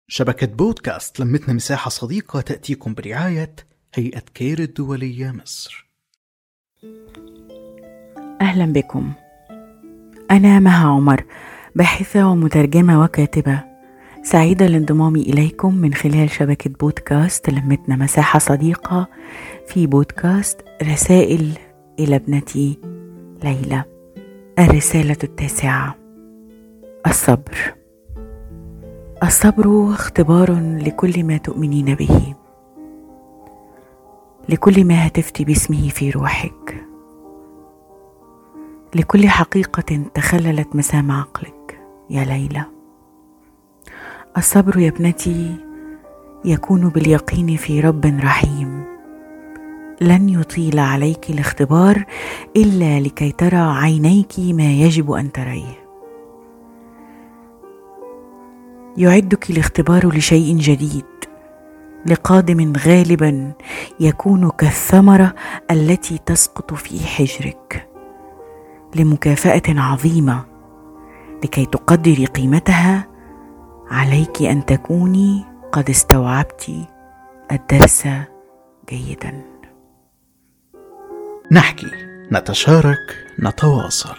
شبكة بودكاست لمتنا مساحة صديقة تأتيكم برعاية هيئة كير الدولية مصر. أهلا بكم. أنا مها عمر، باحثة ومترجمة وكاتبة، سعيدة لانضمامي إليكم من خلال شبكة بودكاست لمتنا مساحة صديقة في بودكاست رسائل إلى ابنتي ليلى. الرسالة 9: الصبر. الصبر اختبار لكل ما تؤمنين به، لكل ما هتفت باسمه في روحك، لكل حقيقة تخللت مسام عقلك يا ليلى. الصبر يا ابنتي يكون باليقين في رب رحيم لن يطيل عليك الاختبار إلا لكي ترى عينيك ما يجب أن تريه. يعدك الاختبار لشيء جديد، لقادم غالبا يكون كالثمرة التي تسقط في حجرك، لمكافأة عظيمة. لكي تقدري قيمتها عليك أن تكوني قد استوعبت الدرس جيدا. نحكي، نتشارك، نتواصل.